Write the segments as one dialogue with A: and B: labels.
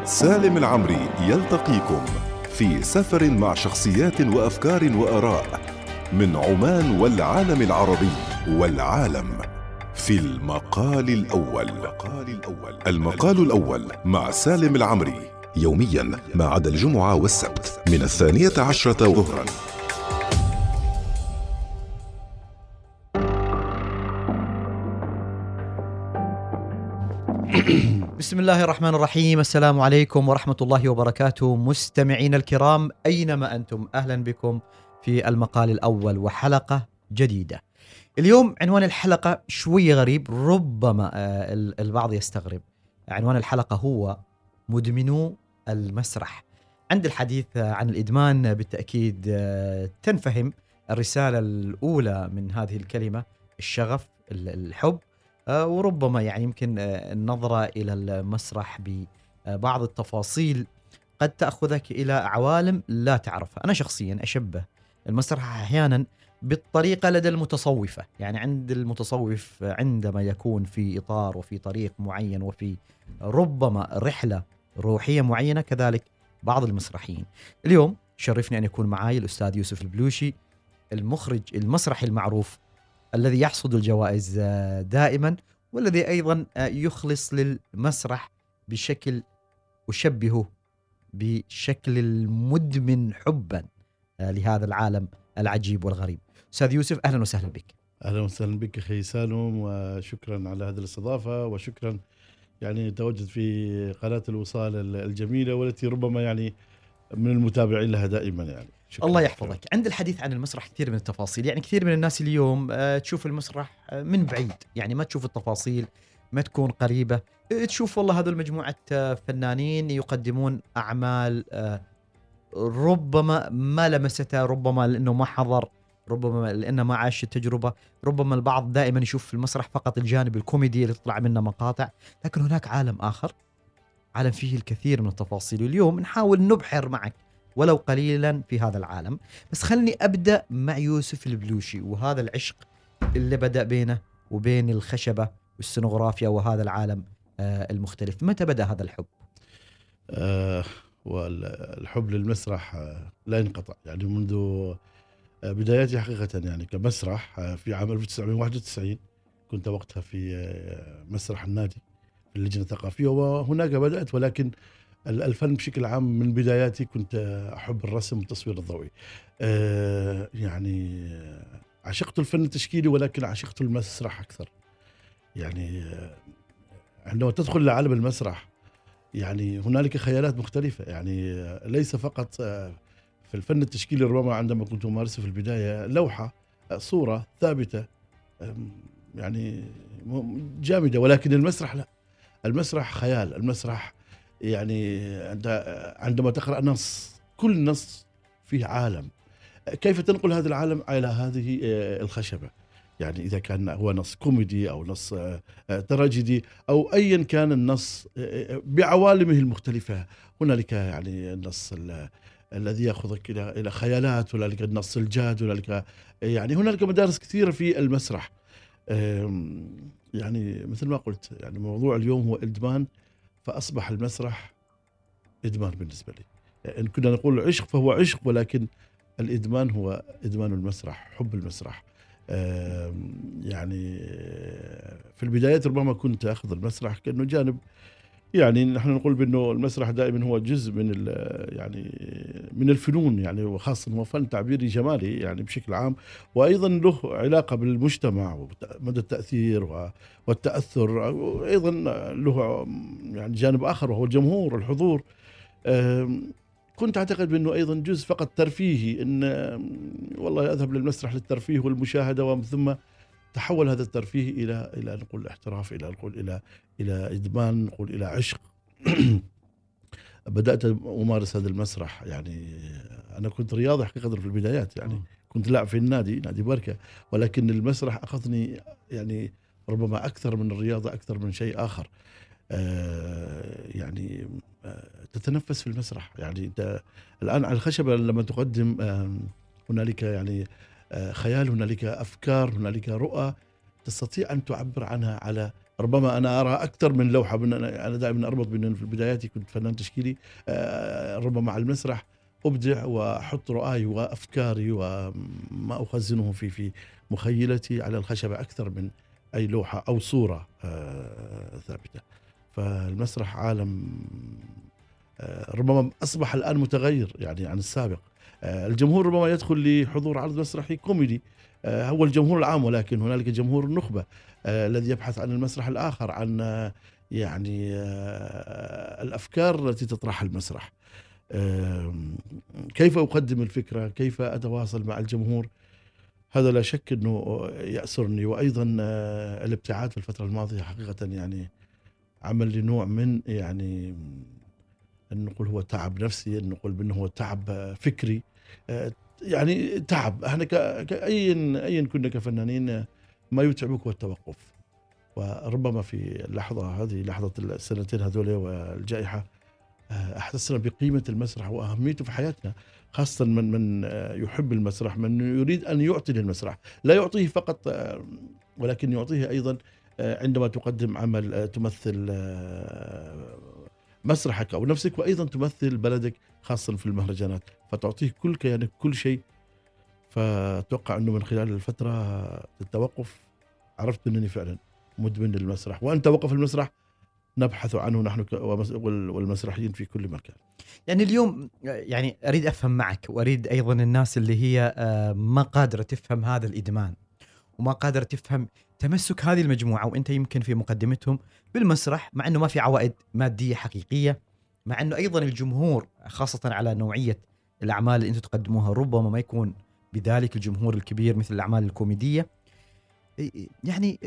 A: سالم العمري يلتقيكم في سفر مع شخصيات وأفكار وآراء من عمان والعالم العربي والعالم في المقال الأول. المقال الأول مع سالم العمري يوميا ما عدا الجمعة والسبت من 12 ظهرا.
B: بسم الله الرحمن الرحيم. السلام عليكم ورحمة الله وبركاته مستمعين الكرام أينما أنتم، أهلا بكم في المقال الأول وحلقة جديدة. اليوم عنوان الحلقة شوي غريب، ربما البعض يستغرب. عنوان الحلقة هو مدمنو المسرح. عند الحديث عن الإدمان بالتأكيد تنفهم الرسالة الأولى من هذه الكلمة، الشغف، الحب، وربما يعني يمكن النظرة إلى المسرح ببعض التفاصيل قد تأخذك إلى عوالم لا تعرفها. أنا شخصيا أشبه المسرح أحيانا بالطريقة لدى المتصوفة، يعني عند المتصوف عندما يكون في إطار وفي طريق معين وفي ربما رحلة روحية معينة، كذلك بعض المسرحيين. اليوم شرفني أن يكون معي الأستاذ يوسف البلوشي، المخرج المسرحي المعروف الذي يحصد الجوائز دائما، والذي أيضا يخلص للمسرح بشكل أشبهه بشكل المدمن حبا لهذا العالم العجيب والغريب. أستاذ يوسف، أهلا وسهلا بك.
C: أهلا وسهلا بك أخي سالم، وشكرا على هذه الاستضافة، وشكرا يعني تواجد في قناة الوصال الجميلة والتي ربما يعني من المتابعين لها دائما. يعني
B: الله يحفظك. عند الحديث عن المسرح كثير من التفاصيل، يعني كثير من الناس اليوم تشوف المسرح من بعيد، يعني ما تشوف التفاصيل، ما تكون قريبة. تشوف والله هذول مجموعة فنانين يقدمون أعمال ربما ما لمستها، ربما لأنه ما حضر، ربما لأنه ما عاش التجربة. ربما البعض دائما يشوف في المسرح فقط الجانب الكوميدي اللي تطلع منه مقاطع، لكن هناك عالم آخر، عالم فيه الكثير من التفاصيل. واليوم نحاول نبحر معك ولو قليلا في هذا العالم. بس خلني أبدأ مع يوسف البلوشي وهذا العشق اللي بدأ بينه وبين الخشبة والسينوغرافيا وهذا العالم المختلف. متى بدأ هذا الحب؟
C: والحب للمسرح لا ينقطع، يعني منذ بداياتي حقيقة، يعني كمسرح في عام 1991 كنت وقتها في مسرح النادي في اللجنة الثقافية، وهناك بدأت. ولكن الفن بشكل عام من بداياتي كنت أحب الرسم والتصوير الضوئي. يعني عشقت الفن التشكيلي، ولكن عشقت المسرح أكثر. يعني عندما تدخل لعالم المسرح يعني هنالك خيالات مختلفة، يعني ليس فقط في الفن التشكيلي. ربما عندما كنت أمارسه في البداية لوحة، صورة ثابتة يعني جامدة، ولكن المسرح لا، المسرح خيال. المسرح يعني عندما تقرأ نص، كل نص فيه عالم. كيف تنقل هذا العالم على هذه الخشبة؟ يعني إذا كان هو نص كوميدي أو نص تراجيدي أو أيا كان النص بعوالمه المختلفة، هنالك يعني النص الذي يأخذك إلى خيالات، هنالك النص الجاد، هنالك يعني هنالك مدارس كثيرة في المسرح. يعني مثل ما قلت، يعني موضوع اليوم هو إدمان، فأصبح المسرح إدمان بالنسبة لي. إن كنا نقول عشق فهو عشق، ولكن الإدمان هو إدمان المسرح، حب المسرح. يعني في البدايات ربما كنت أخذ المسرح كأنه جانب، يعني نحن نقول بأنه المسرح دائما هو جزء من يعني من الفنون، يعني وخاصة هو فن تعبيري جمالي يعني بشكل عام، وأيضا له علاقة بالمجتمع ومدى التأثير والتأثر، وأيضا له يعني جانب آخر وهو الجمهور، الحضور. كنت أعتقد بأنه أيضا جزء فقط ترفيهي، إن والله أذهب للمسرح للترفيه والمشاهدة، ومن ثم تحول هذا الترفيه إلى نقول احتراف، إلى نقول إلى إدمان، نقول إلى عشق. بدأت أمارس هذا المسرح. يعني أنا كنت رياضي حقيقة في البدايات، يعني كنت لاعب في نادي بركة، ولكن المسرح أخذني يعني ربما أكثر من الرياضة، أكثر من شيء آخر. يعني تتنفس في المسرح. يعني أنت الآن على الخشبة لما تقدم هنالك يعني خيال، هنالك أفكار، هنالك رؤى تستطيع أن تعبر عنها على ربما أنا أرى أكثر من لوحة. أنا دائما أربط بأن في بداياتي كنت فنان تشكيلي، ربما على المسرح أبدع وأحط رؤاي وأفكاري وما أخزنه في مخيلتي على الخشبة أكثر من أي لوحة أو صورة ثابتة. فالمسرح عالم ربما أصبح الآن متغير يعني عن السابق. الجمهور ربما يدخل لحضور عرض مسرحي كوميدي، هو الجمهور العام، ولكن هنالك جمهور النخبة الذي يبحث عن المسرح الآخر، عن يعني الأفكار التي تطرحها المسرح. كيف أقدم الفكرة، كيف أتواصل مع الجمهور، هذا لا شك أنه يأسرني. وأيضا الابتعاد في الفترة الماضية حقيقة يعني عمل لي نوع من يعني أن نقول هو تعب نفسي، أن نقول بأنه هو تعب فكري، يعني تعب. احنا أي كنا كفنانين ما يتعبك هو التوقف. وربما في اللحظة هذه، لحظة السنتين هذول والجائحة، أحسسنا بقيمة المسرح وأهميته في حياتنا، خاصة من يحب المسرح، من يريد أن يعطي للمسرح، لا يعطيه فقط ولكن يعطيه أيضا عندما تقدم عمل تمثل مسرحك أو نفسك، وأيضا تمثل بلدك خاصة في المهرجانات، فتعطيه كل كيانك كل شيء. فأتوقع أنه من خلال الفترة التوقف عرفت أنني فعلا مدمن للمسرح، وأن توقف المسرح نبحث عنه نحن والمسرحيين في كل مكان.
B: يعني اليوم يعني أريد أفهم معك، وأريد أيضا الناس اللي هي ما قادرة تفهم هذا الإدمان وما قادرة تفهم تمسك هذه المجموعة، وأنت يمكن في مقدمتهم بالمسرح، مع أنه ما في عوائد مادية حقيقية، مع أنه أيضا الجمهور خاصة على نوعية الأعمال اللي أنتم تقدموها ربما ما يكون بذلك الجمهور الكبير مثل الأعمال الكوميدية. يعني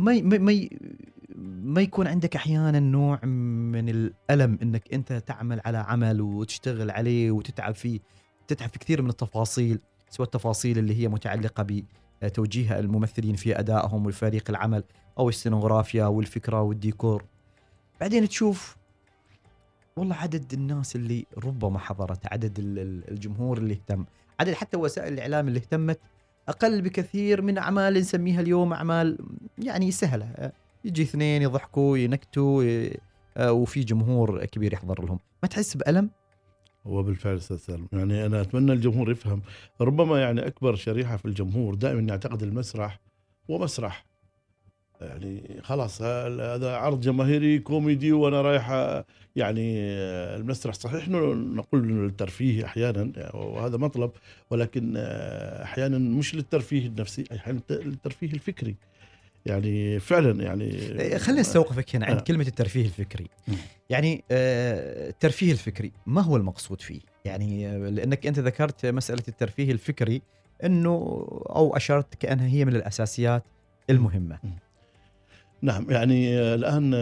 B: ما يكون عندك أحيانا نوع من الألم أنك أنت تعمل على عمل وتشتغل عليه وتتعب فيه، تتعب في كثير من التفاصيل، سواء التفاصيل اللي هي متعلقة بتوجيه الممثلين في أدائهم وفريق العمل، أو السينوغرافيا والفكرة والديكور. بعدين تشوف والله عدد الناس اللي ربما حضرت، عدد الجمهور اللي اهتم، عدد حتى وسائل الإعلام اللي اهتمت أقل بكثير من أعمال نسميها اليوم أعمال يعني سهلة، يجي اثنين يضحكوا ينكتوا وفي جمهور كبير يحضر لهم. ما تحس بألم؟
C: هو بالفعل أستاذ سالم، يعني أنا أتمنى الجمهور يفهم. ربما يعني أكبر شريحة في الجمهور دائما يعتقد المسرح هو مسرح، يعني خلاص هذا عرض جماهيري كوميدي وأنا رايح يعني المسرح. صحيح نقول إنه للترفيه أحيانا وهذا مطلب، ولكن أحيانا مش للترفيه النفسي، أحيانا للترفيه الفكري. يعني فعلا يعني
B: خلينا نستوقفك هنا عند كلمة الترفيه الفكري. يعني الترفيه الفكري ما هو المقصود فيه؟ يعني لأنك أنت ذكرت مسألة الترفيه الفكري أنه أو أشرت كأنها هي من الأساسيات المهمة.
C: نعم، يعني الآن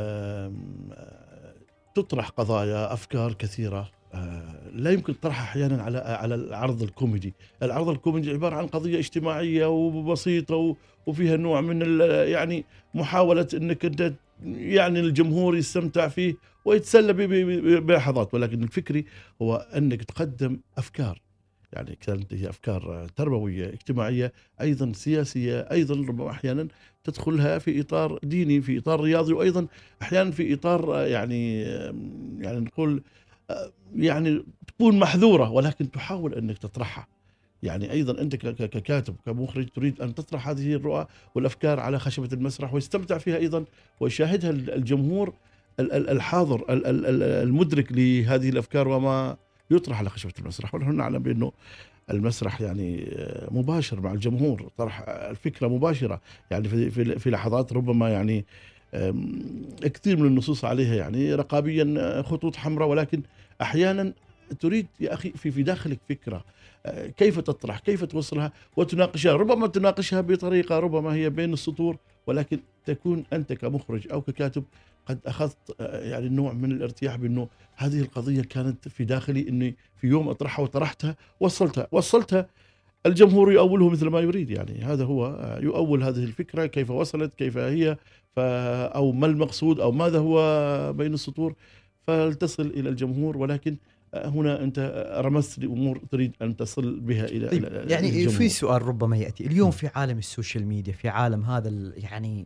C: تطرح قضايا أفكار كثيرة لا يمكن طرحها أحيانا على العرض الكوميدي. العرض الكوميدي عبارة عن قضية اجتماعية وبسيطة وفيها نوع من يعني محاولة أنك أنت يعني الجمهور يستمتع فيه ويتسلى بلحظات، ولكن الفكري هو أنك تقدم أفكار، يعني كانت هي أفكار تربوية اجتماعية أيضا سياسية، أيضا ربما أحيانا تدخلها في إطار ديني، في إطار رياضي، وأيضا أحيانا في إطار يعني نقول يعني تكون محذورة ولكن تحاول أنك تطرحها. يعني أيضا أنت ككاتب كمخرج تريد أن تطرح هذه الرؤى والأفكار على خشبة المسرح ويستمتع فيها أيضا ويشاهدها الجمهور الحاضر المدرك لهذه الأفكار وما يطرح على خشبة المسرح. ونحن نعلم بأنه المسرح يعني مباشر مع الجمهور، طرح الفكرة مباشرة، يعني في لحظات ربما يعني كثير من النصوص عليها يعني رقابيا خطوط حمراء، ولكن أحيانا تريد يا أخي في داخلك فكرة، كيف تطرح، كيف توصلها وتناقشها. ربما تناقشها بطريقة ربما هي بين السطور، ولكن تكون أنت كمخرج أو ككاتب قد أخذت يعني نوع من الارتياح بأنه هذه القضية كانت في داخلي، أني في يوم أطرحها وطرحتها وصلتها الجمهور يؤوله مثل ما يريد. يعني هذا هو يؤول هذه الفكرة كيف وصلت، كيف هي، أو ما المقصود أو ماذا هو بين السطور، فلتصل إلى الجمهور. ولكن هنا أنت رمزت لأمور تريد أن تصل بها إلى
B: يعني
C: الجمهور.
B: في سؤال ربما يأتي اليوم في عالم السوشيال ميديا، في عالم هذا يعني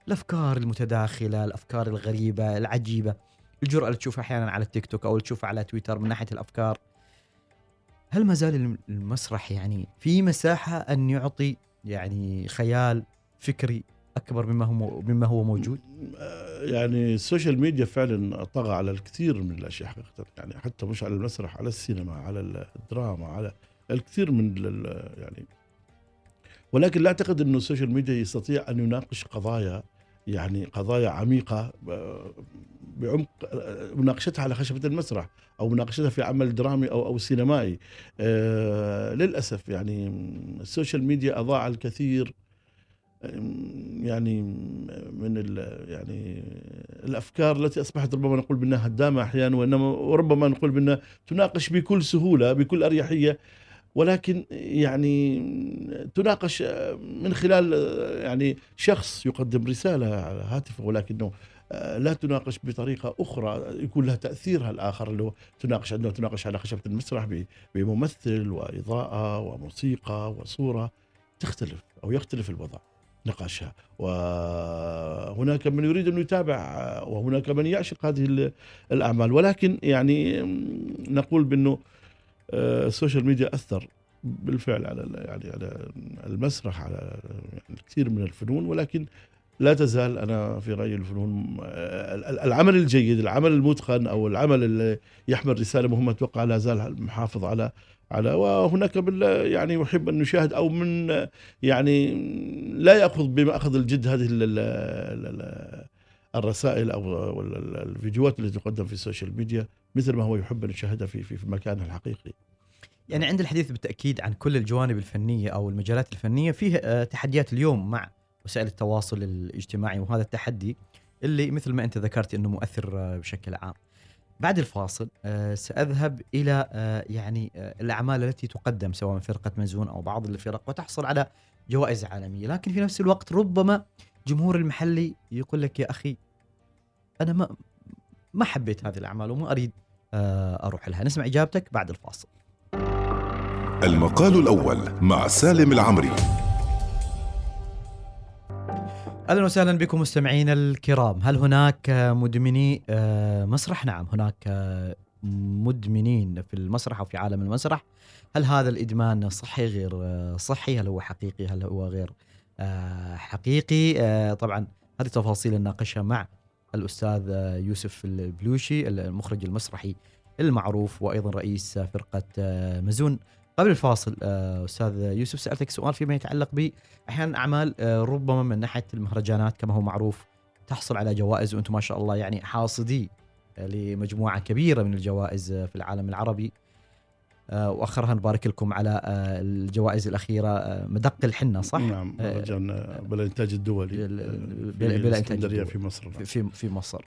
B: الأفكار المتداخلة، الأفكار الغريبة العجيبة، الجرأة اللي تشوفها أحيانا على التيك توك أو اللي تشوفها على تويتر من ناحية الأفكار. هل ما زال المسرح يعني في مساحة أن يعطي يعني خيال فكري أكبر مما هو موجود؟
C: يعني السوشيال ميديا فعلا طغى على الكثير من الاشياء حقيقه، يعني حتى مش على المسرح، على السينما، على الدراما، على الكثير من يعني. ولكن لا اعتقد انه السوشيال ميديا يستطيع ان يناقش قضايا، يعني قضايا عميقه بعمق مناقشتها على خشبه المسرح او مناقشتها في عمل درامي او سينمائي. للاسف يعني السوشيال ميديا اضاع الكثير يعني من يعني الافكار التي اصبحت ربما نقول بانها هدامه احيانا، وانما وربما نقول بانها تناقش بكل سهوله بكل اريحيه، ولكن يعني تناقش من خلال يعني شخص يقدم رساله على هاتفه، ولكنه لا تناقش بطريقه اخرى يكون لها تاثيرها الاخر، اللي هو عندما تناقش على خشبه المسرح بممثل واضاءه وموسيقى وصوره تختلف او يختلف الوضع نقاشها. وهناك من يريد أن يتابع وهناك من يعشق هذه الأعمال، ولكن يعني نقول بأنه السوشيال ميديا أثر بالفعل على المسرح، على الكثير من الفنون، ولكن لا تزال أنا في رأيي الفنون العمل الجيد، العمل المتقن أو العمل اللي يحمل رسالة مهمة أتوقع لا زال محافظ على وهناك يعني يحب أن يشاهد أو من يعني لا يأخذ بمأخذ الجد هذه الرسائل أو الفيديوهات التي تقدم في السوشيال ميديا مثل ما هو يحب أن يشاهدها في مكانها الحقيقي.
B: يعني عند الحديث بالتأكيد عن كل الجوانب الفنية أو المجالات الفنية فيه تحديات اليوم مع وسائل التواصل الاجتماعي، وهذا التحدي اللي مثل ما أنت ذكرت أنه مؤثر بشكل عام. بعد الفاصل سأذهب إلى يعني الأعمال التي تقدم سواء من فرقة مزون أو بعض الفرق وتحصل على جوائز عالمية، لكن في نفس الوقت ربما جمهور المحلي يقول لك يا أخي أنا ما حبيت هذه الأعمال وما أريد أروح لها. نسمع إجابتك بعد الفاصل.
A: المقال الأول مع سالم العمري.
B: أهلا وسهلا بكم مستمعين الكرام. هل هناك مدمني مسرح؟ نعم، هناك مدمنين في المسرح أو في عالم المسرح. هل هذا الإدمان صحي غير صحي؟ هل هو حقيقي؟ هل هو غير حقيقي؟ طبعا هذه تفاصيل نناقشها مع الأستاذ يوسف البلوشي المخرج المسرحي المعروف وأيضا رئيس فرقة مزون. قبل الفاصل أستاذ يوسف سألتك سؤال فيما يتعلق بأحيانا أعمال ربما من ناحية المهرجانات كما هو معروف تحصل على جوائز، وأنتم ما شاء الله يعني حاصدي لمجموعة كبيرة من الجوائز في العالم العربي، وأخرها نبارك لكم على الجوائز الأخيرة مدق الحنة، صح؟
C: نعم، مهرجان بالإنتاج الدولي
B: بالإنتاج الدولي
C: في مصر.
B: في مصر.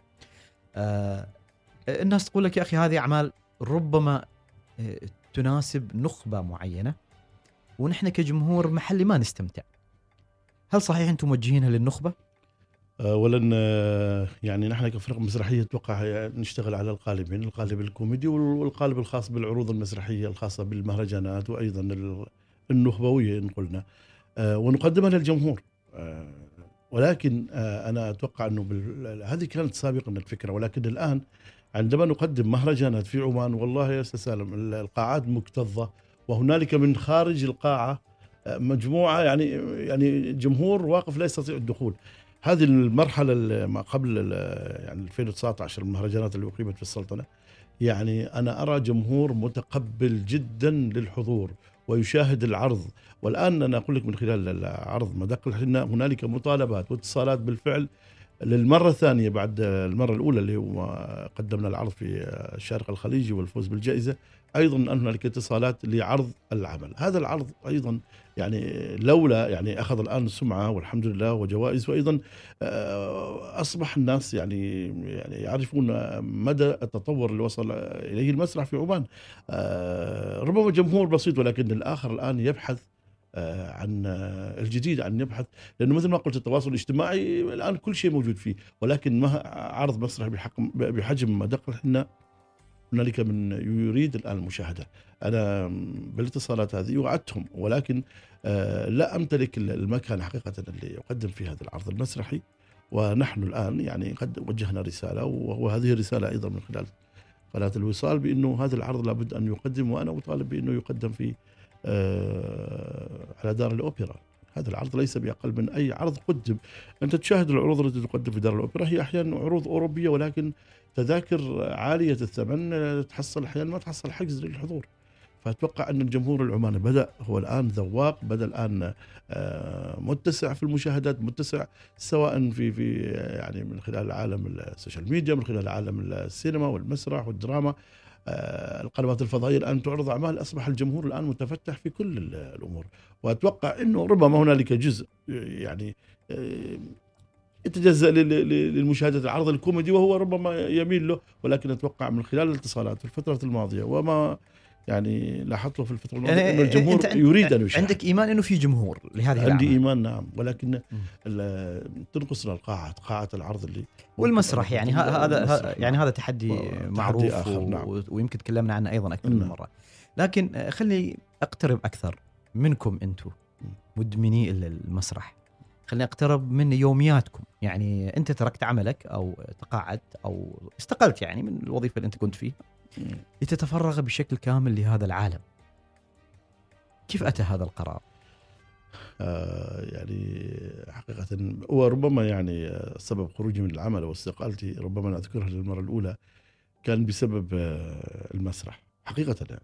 B: الناس تقول لك يا أخي هذه أعمال ربما تناسب نخبة معينة ونحن كجمهور محلي ما نستمتع. هل صحيح أنتم موجهينها للنخبة؟
C: ولن يعني نحن كفرقة مسرحية توقع نشتغل على القالبين، القالب الكوميدي والقالب الخاص بالعروض المسرحية الخاصة بالمهرجانات وأيضا النخبوية إن قلنا، ونقدمها للجمهور. ولكن أنا أتوقع أنه هذه كانت سابقا الفكرة، ولكن الآن عندما نقدم مهرجانات في عمان والله يا أستاذ سالم القاعات مكتظة، وهنالك من خارج القاعة مجموعة يعني جمهور واقف لا يستطيع الدخول. هذه المرحلة ما قبل يعني 2019 المهرجانات اللي أقيمت في السلطنة، يعني أنا أرى جمهور متقبل جدا للحضور ويشاهد العرض. والآن أنا أقول لك من خلال العرض مدق الحنة هنالك مطالبات واتصالات بالفعل للمرة الثانية بعد المرة الأولى اللي هو قدمنا العرض في الشارقة الخليجي والفوز بالجائزة، أيضا هنالك اتصالات لعرض العمل. هذا العرض أيضا يعني لولا يعني أخذ الآن سمعة والحمد لله وجوائز، وأيضا أصبح الناس يعني يعرفون مدى التطور اللي وصل إليه المسرح في عمان. ربما جمهور بسيط، ولكن الآخر الآن يبحث عن الجديد، عن يبحث، لأنه مثل ما قلت التواصل الاجتماعي الآن كل شيء موجود فيه، ولكن ما عرض مسرحي بحجم مدق الحنة هنالك من يريد الآن المشاهدة. أنا بالاتصالات هذه وعدتهم، ولكن لا أمتلك المكان حقيقة اللي أقدم فيه هذا العرض المسرحي، ونحن الآن يعني قد وجهنا رسالة، وهذه الرسالة أيضا من خلال قناة الوصال، بأنه هذا العرض لابد أن يقدم، وأنا أطالب بأنه يقدم في على دار الأوبرا. هذا العرض ليس بأقل من أي عرض قدم. أنت تشاهد العروض التي تقدم في دار الأوبرا هي أحيانا عروض أوروبية، ولكن تذاكر عالية الثمن، تحصل أحيانا ما تحصل حجز للحضور. فأتوقع أن الجمهور العماني بدأ هو الآن ذواق، بدأ الآن متسع في المشاهدات، متسع سواء في يعني من خلال عالم السوشيال ميديا، من خلال عالم السينما والمسرح والدراما، القنوات الفضائية الآن تعرض أعمال. أصبح الجمهور الآن متفتح في كل الأمور، وأتوقع أنه ربما هنالك جزء يعني يتجزأ للمشاهدة العرض الكوميدي وهو ربما يميل له، ولكن أتوقع من خلال الاتصالات في الفترة الماضية وما يعني لاحظته في الفترة الماضية
B: يعني
C: أنه الجمهور يريد أن يشاهد.
B: عندك إيمان أنه في جمهور لهذه
C: عندي
B: الأعمال؟
C: إيمان نعم، ولكن تنقصنا قاعة العرض اللي
B: والمسرح يعني هذا يعني هذا تحدي معروف
C: آخر نعم.
B: ويمكن تكلمنا عنه أيضا أكثر من مرة. لكن خلي أقترب أكثر منكم أنتم مدمني المسرح، خليني أقترب من يومياتكم. يعني أنت تركت عملك أو تقاعدت أو استقلت يعني من الوظيفة اللي أنت كنت فيها لتتفرغ بشكل كامل لهذا العالم. كيف أتى هذا القرار؟
C: يعني حقيقة وربما يعني سبب خروجي من العمل واستقالتي ربما أذكرها للمرة الأولى كان بسبب المسرح. حقيقة يعني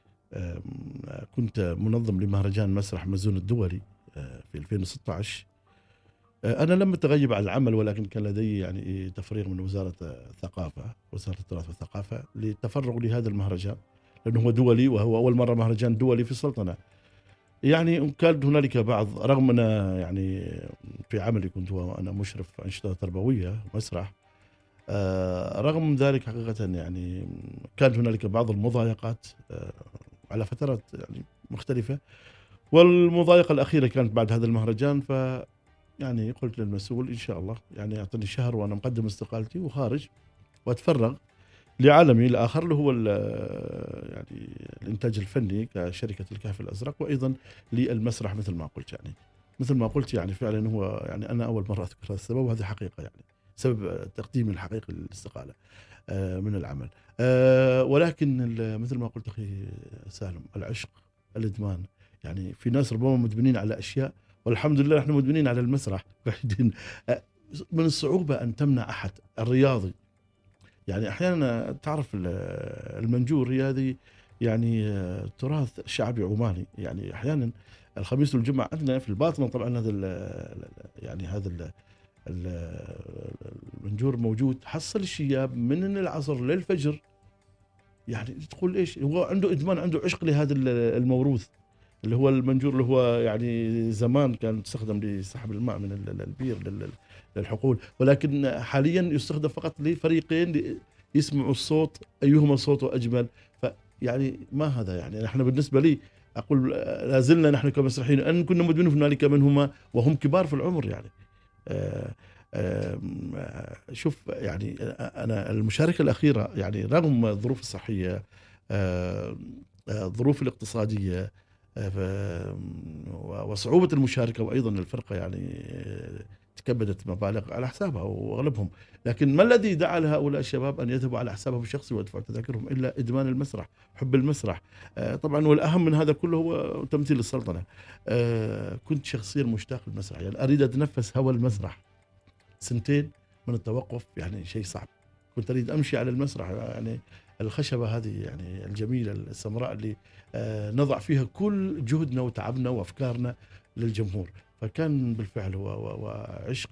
C: كنت منظم لمهرجان مسرح مزون الدولي في 2016. أنا لم أتغيب عن العمل، ولكن كان لدي يعني تفريغ من وزارة الثقافة، وزارة التراث والثقافة، للتفرغ لهذا المهرجان، لأنه هو دولي وهو أول مرة مهرجان دولي في السلطنة. يعني كان هنالك بعض، رغم أنا يعني في عملي كنت وأنا مشرف أنشطة تربوية مسرح، رغم ذلك حقيقة يعني كانت هنالك بعض المضايقات على فترات يعني مختلفة، والمضايقة الأخيرة كانت بعد هذا المهرجان. ف يعني قلت للمسؤول إن شاء الله يعني أعطني شهر وأنا مقدم استقالتي وخارج، وأتفرغ لعالمي الآخر اللي هو يعني الإنتاج الفني كشركة الكهف الأزرق، وأيضا للمسرح مثل ما قلت. يعني مثل ما قلت يعني فعلا هو يعني أنا أول مرة أذكر هذا السبب، وهذه حقيقة يعني سبب تقديمي الحقيقي للاستقالة من العمل. ولكن مثل ما قلت أخي سالم، العشق، الإدمان، يعني في ناس ربما مدمنين على أشياء، والحمد لله نحن مدمنين على المسرح بعيدين. من الصعوبة أن تمنع أحد الرياضي. يعني أحيانا تعرف المنجور هي هذه يعني تراث شعبي عماني. يعني أحيانا الخميس والجمعة عندنا في الباطنة طبعا هذا يعني هذا المنجور موجود. حصل الشياب من العصر للفجر، يعني تقول إيش هو عنده إدمان، عنده عشق لهذا الموروث اللي هو المنجور، اللي هو يعني زمان كان تستخدم لسحب الماء من البير للحقول، ولكن حاليا يستخدم فقط لفريقين يسمعوا الصوت أيهما صوته أجمل. فيعني ما هذا يعني نحن بالنسبة لي أقول لازلنا نحن كمسرحيين أن كنا مدمنين هنالك منهما وهم كبار في العمر. يعني شوف يعني أنا المشاركة الأخيرة يعني رغم الظروف الصحية، الظروف الاقتصادية وصعوبة المشاركة، وأيضا الفرقة يعني تكبدت مبالغ على حسابها وأغلبهم، لكن ما الذي دعا لهؤلاء الشباب أن يذهبوا على حسابهم الشخصي ويدفعوا تذاكرهم إلا إدمان المسرح، حب المسرح. طبعا والأهم من هذا كله هو تمثيل السلطنة. كنت شخصيا مشتاق للمسرح، يعني أريد أتنفس هواء المسرح. 2 من التوقف يعني شيء صعب. كنت أريد أمشي على المسرح، يعني الخشبة هذه يعني الجميلة السمراء اللي نضع فيها كل جهدنا وتعبنا وأفكارنا للجمهور. فكان بالفعل هو عشق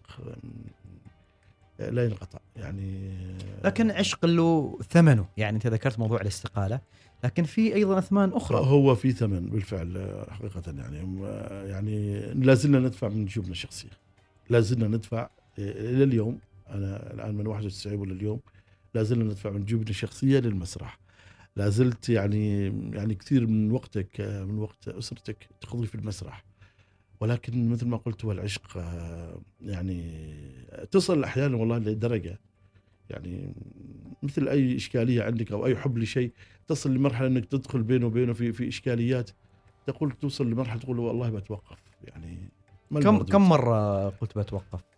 C: لا ينقطع يعني.
B: لكن عشق له ثمنه، يعني أنت ذكرت موضوع الاستقالة، لكن في أيضا أثمان أخرى.
C: هو في ثمن بالفعل حقيقة، يعني لازلنا ندفع من جيوبنا الشخصية، لازلنا ندفع إلى اليوم. أنا الآن من 91 لليوم لازلنا ندفع من جيوبنا الشخصية للمسرح. لازلت يعني كثير من وقتك، من وقت أسرتك تقضي في المسرح. ولكن مثل ما قلت هو العشق، يعني تصل أحيانا والله لدرجة يعني مثل أي إشكالية عندك أو أي حب لشيء، تصل لمرحلة أنك تدخل بينه وبينه في إشكاليات، تقول توصل لمرحلة تقول والله بتوقف. يعني
B: كم مرة قلت بتوقف؟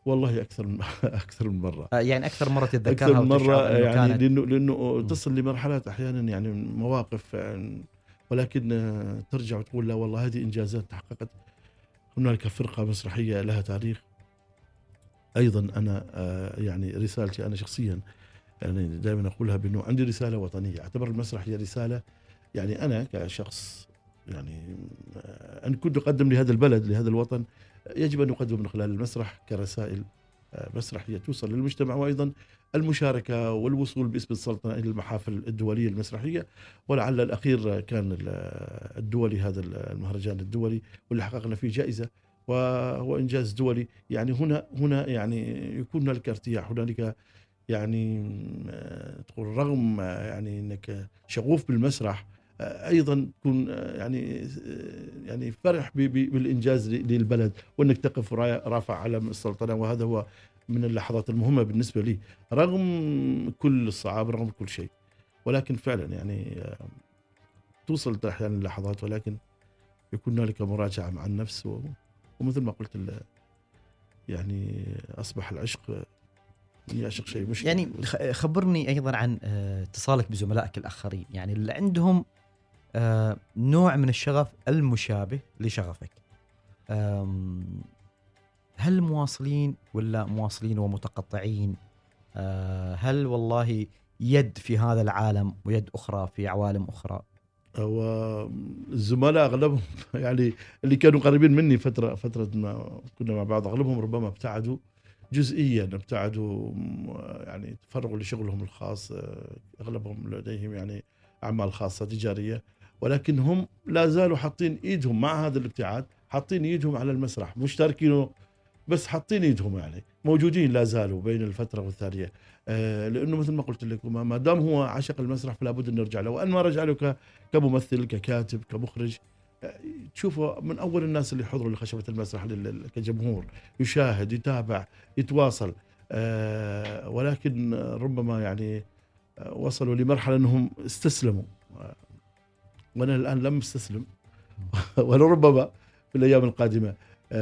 C: والله أكثر من مرة.
B: يعني أكثر مرة تتذكرها
C: أكثر من مرة
B: وتشعر إنه
C: يعني
B: كانت
C: لأنه تصل لمرحلة أحيانا يعني مواقف ولكن ترجع وتقول لا والله هذه إنجازات تحققت. هنالك فرقة مسرحية لها تاريخ. أيضا أنا يعني رسالتي أنا شخصيا يعني دائما أقولها بأنه عندي رسالة وطنية. أعتبر المسرح هي رسالة. يعني أنا كشخص يعني أن كنت أقدم لهذا البلد لهذا الوطن يجب أن أقدم من خلال المسرح كرسائل مسرحية توصل للمجتمع، وأيضا المشاركة والوصول باسم السلطنة إلى المحافل الدولية المسرحية. ولعل الأخير كان الدولي، هذا المهرجان الدولي واللي حققنا فيه جائزة وهو إنجاز دولي. يعني هنا يعني يكون هنالك ارتياح، هنالك يعني تقول رغم يعني أنك شغوف بالمسرح ايضا تكون يعني فرح بالانجاز للبلد، وانك تقف رافع علم السلطنه. وهذا هو من اللحظات المهمه بالنسبه لي رغم كل الصعاب رغم كل شيء. ولكن فعلا يعني توصل احيانا اللحظات ولكن يكون هنالك مراجعه مع النفس ومثل ما قلت يعني اصبح العشق يعشق شيء مش
B: يعني. خبرني ايضا عن اتصالك بزملائك الاخرين، يعني اللي عندهم نوع من الشغف المشابه لشغفك. هل مواصلين ولا مواصلين ومتقطعين؟ هل والله يد في هذا العالم ويد أخرى في عوالم أخرى؟
C: والزملاء أغلبهم يعني اللي كانوا قريبين مني فترة ما كنا مع بعض أغلبهم ربما ابتعدوا جزئيا، ابتعدوا يعني تفرغوا لشغلهم الخاص. أغلبهم لديهم يعني أعمال خاصة تجارية، ولكن هم لا زالوا حاطين إيدهم مع هذا الابتعاد، حاطين إيدهم على المسرح، مشتركين بس حاطين إيدهم يعني موجودين لا زالوا بين الفترة والثانية. لأنه مثل ما قلت لكم ما دام هو عشق المسرح فلا بد أن نرجع له، وأن ما رجع له كممثل ككاتب كمخرج. تشوفوا من أول الناس اللي حضروا لخشبة المسرح كجمهور يشاهد يتابع يتواصل. ولكن ربما يعني وصلوا لمرحلة أنهم استسلموا، وأنا الآن لم استسلم ولربما في الأيام القادمة.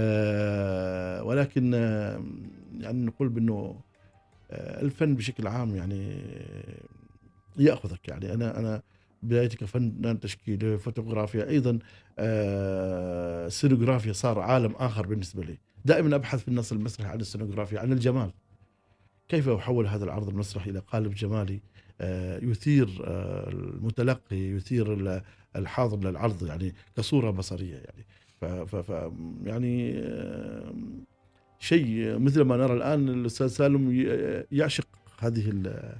C: ولكن يعني نقول بأنه الفن بشكل عام يعني يأخذك. يعني أنا بدايتي كفنان تشكيلي فوتوغرافيا أيضا سينوغرافيا صار عالم آخر بالنسبة لي. دائما أبحث في النص المسرحي عن السينوغرافيا، عن الجمال، كيف أحول هذا العرض المسرحي إلى قالب جمالي يثير المتلقي، يثير الحاضر للعرض يعني كصورة بصرية. يعني ف يعني شيء مثل ما نرى الآن الأستاذ سالم يعشق هذه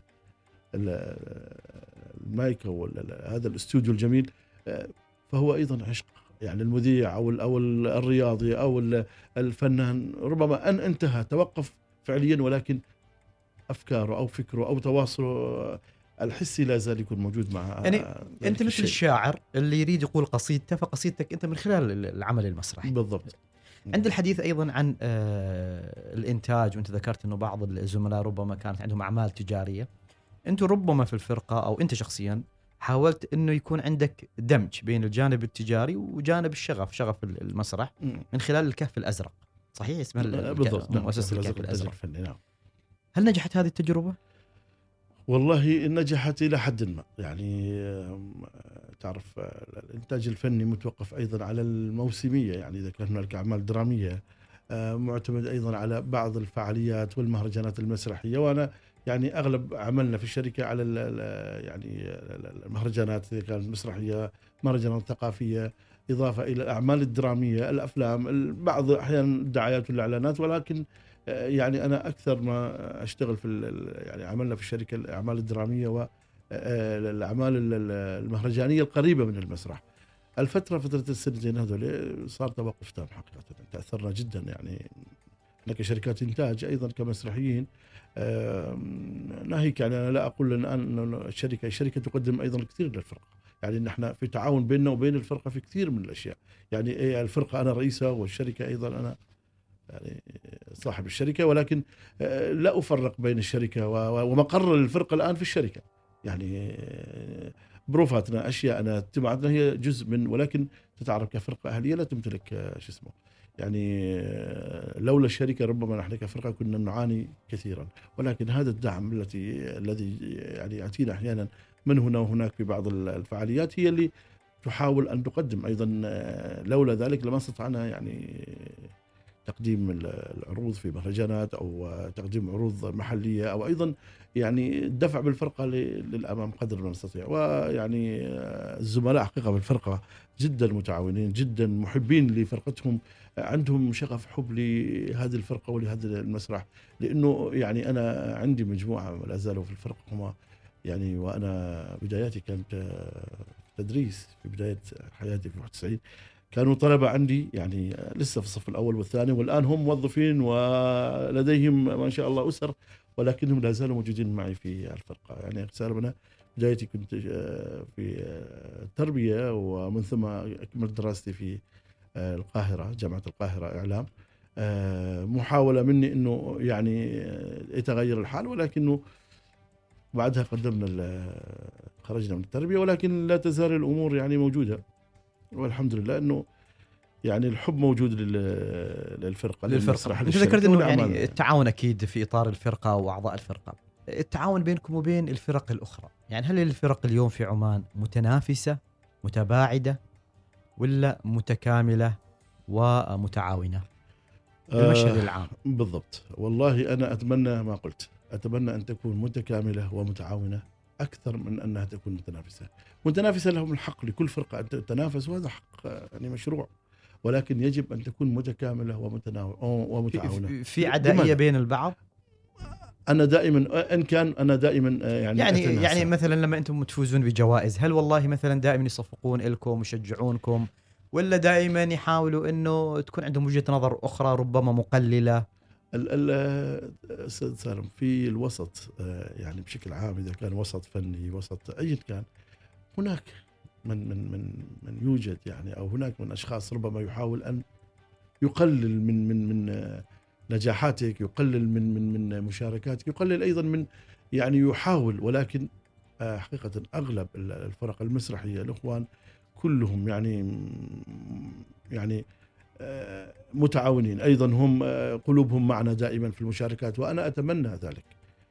C: المايكا وهذا الاستوديو الجميل، فهو أيضا عشق. يعني المذيع أو الرياضي أو الفنان ربما أن انتهى توقف فعليا، ولكن أفكاره أو فكره أو تواصله الحسي لا زال يكون موجود مع
B: يعني أنت مثل الشاعر اللي يريد يقول قصيدته، فقصيدتك أنت من خلال العمل المسرحي.
C: بالضبط.
B: عند الحديث أيضا عن الإنتاج، وأنت ذكرت أنه بعض الزملاء ربما كانت عندهم أعمال تجارية، أنت ربما في الفرقة أو أنت شخصيا حاولت أنه يكون عندك دمج بين الجانب التجاري وجانب شغف المسرح من خلال الكهف الأزرق. صحيح اسمها
C: بالضبط،
B: مؤسسة الكهف الأزرق.
C: نعم.
B: هل نجحت هذه التجربة؟
C: والله نجحت إلى حد ما. يعني تعرف الإنتاج الفني متوقف أيضا على الموسمية، يعني إذا كان هناك أعمال درامية معتمد أيضا على بعض الفعاليات والمهرجانات المسرحية. وأنا يعني أغلب عملنا في الشركة على يعني المهرجانات إذا كانت مسرحية، مهرجانات ثقافية، إضافة إلى الأعمال الدرامية، الأفلام، بعض أحيانا الدعايات والإعلانات. ولكن يعني أنا أكثر ما أشتغل في يعني عملنا في الشركة الأعمال الدرامية والأعمال المهرجانية القريبة من المسرح. فترة السنتين هذول صار توقف تام حقيقة، تأثرنا جدا. يعني هناك شركات إنتاج أيضا كمسرحيين ناهيك. يعني أنا لا أقول أن الشركة تقدم أيضا كثير للفرقة، يعني نحن في تعاون بيننا وبين الفرقة في كثير من الأشياء. يعني الفرقة أنا رئيسها والشركة أيضا أنا يعني صاحب الشركة، ولكن لا أفرق بين الشركة ومقر الفرقة الآن في الشركة. يعني بروفاتنا أشياءنا اجتماعاتنا هي جزء من، ولكن تتعرف كفرقة أهلية لا تمتلك يعني لولا الشركة ربما نحن كفرقة كنا نعاني كثيرا، ولكن هذا الدعم الذي يعني يأتينا أحيانا من هنا وهناك في بعض الفعاليات هي اللي تحاول أن تقدم أيضا. لولا ذلك لما استطعنا يعني تقديم العروض في مهرجانات أو تقديم عروض محلية، أو أيضا يعني الدفع بالفرقة للأمام قدر ما نستطيع. ويعني الزملاء حقيقة بالفرقة جدا متعاونين، جدا محبين لفرقتهم، عندهم شغف حب لهذه الفرقة ولهذا المسرح. لأنه يعني أنا عندي مجموعة لا زالوا في الفرقة، هم يعني وأنا بداياتي كانت تدريس في بداية حياتي في 91، كانوا طلبة عندي يعني لسه في الصف الأول والثاني، والآن هم موظفين ولديهم ما شاء الله أسر، ولكنهم لا زالوا موجودين معي في الفرقة. يعني اختصار أنا بدايتي كنت في التربية، ومن ثم أكملت دراستي في القاهرة، جامعة القاهرة إعلام. محاولة مني أنه يعني يتغير الحال، ولكنه بعدها خرجنا من التربية، ولكن لا تزال الأمور يعني موجودة، والحمد لله أنه يعني الحب موجود للفرقة.
B: أنت ذكرت أنه يعني التعاون أكيد في إطار الفرقة وأعضاء الفرقة، التعاون بينكم وبين الفرق الأخرى، يعني هل الفرق اليوم في عمان متنافسة متباعدة ولا متكاملة ومتعاونة بالمشهد العام؟
C: بالضبط، والله أنا أتمنى ما قلت، أتمنى أن تكون متكاملة ومتعاونة أكثر من أنها تكون متنافسة. متنافسة لهم الحق، لكل فرقة أن تتنافس، وهذا حق يعني مشروع، ولكن يجب أن تكون متكاملة ومتعاونة.
B: في عدائية بين البعض؟
C: أنا دائما إن كان أنا دائما
B: يعني مثلا لما أنتم تفوزون بجوائز، هل والله مثلا دائما يصفقون لكم ويشجعونكم، ولا دائما يحاولوا أنه تكون عندهم وجهة نظر أخرى ربما مقللة؟
C: أستاذ سالم، في الوسط يعني بشكل عام، إذا كان وسط فني وسط أي كان، هناك من يوجد يعني، أو هناك من أشخاص ربما يحاول أن يقلل من نجاحاتك، يقلل من مشاركاتك، يقلل أيضا من يعني يحاول، ولكن حقيقة أغلب الفرق المسرحية الإخوان كلهم يعني متعاونين، أيضا هم قلوبهم معنا دائما في المشاركات، وأنا أتمنى ذلك.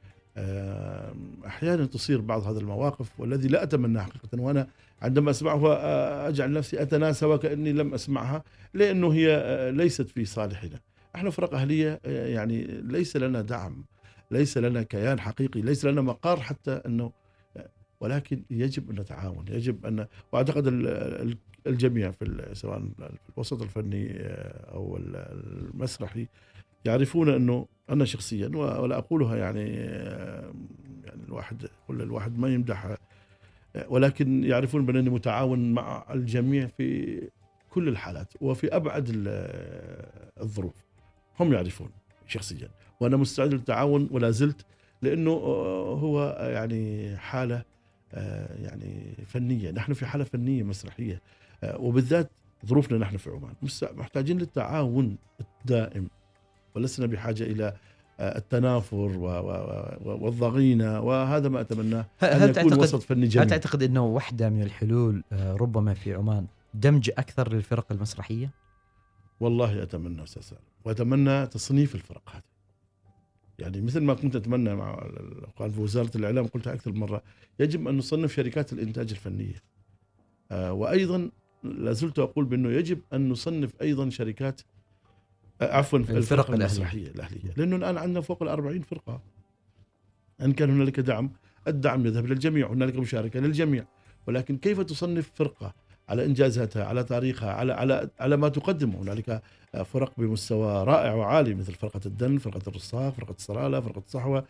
C: أحيانا تصير بعض هذه المواقف والذي لا أتمنى حقيقة، وأنا عندما أسمعها أجعل نفسي أتناسى وكأني لم أسمعها، لأنه هي ليست في صالحنا. احنا فرق أهلية، يعني ليس لنا دعم، ليس لنا كيان حقيقي، ليس لنا مقر حتى أنه، ولكن يجب أن نتعاون، يجب أن، وأعتقد الجميع سواء في الوسط الفني أو المسرحي يعرفون أنه أنا شخصيا، ولا أقولها يعني الواحد ما يمدح، ولكن يعرفون بأنني متعاون مع الجميع في كل الحالات وفي أبعد الظروف، هم يعرفون شخصيا، وأنا مستعد للتعاون ولا زلت، لأنه هو يعني حالة يعني فنية، نحن في حالة فنية مسرحية، وبالذات ظروفنا نحن في عمان محتاجين للتعاون الدائم، ولسنا بحاجة إلى التنافر والضغينة، وهذا ما أتمناه أن يكون وسط فني جميل.
B: هل تعتقد أنه واحدة من الحلول ربما في عمان دمج أكثر للفرق المسرحية؟
C: والله أتمنى أستاذ سالم، وأتمنى تصنيف الفرق هذه، يعني مثل ما كنت أتمنى مع الأخوان في وزارة الإعلام، قلتها أكثر مرة، يجب أن نصنف شركات الإنتاج الفنية، وأيضا لازلت أقول بأنه يجب أن نصنف أيضا شركات عفوا الفرق المسرحية الأهلية، لأنه الآن عندنا فوق 40 فرقة. إن كان هنالك دعم، الدعم يذهب للجميع، هنالك مشاركة للجميع، ولكن كيف تصنف فرقة على إنجازاتها، على تاريخها، على ما تقدمه؟ هنالك فرق بمستوى رائع وعالي مثل فرقة الدن، فرقة الرصاق، فرقة الصرالة، فرقة الصحوة،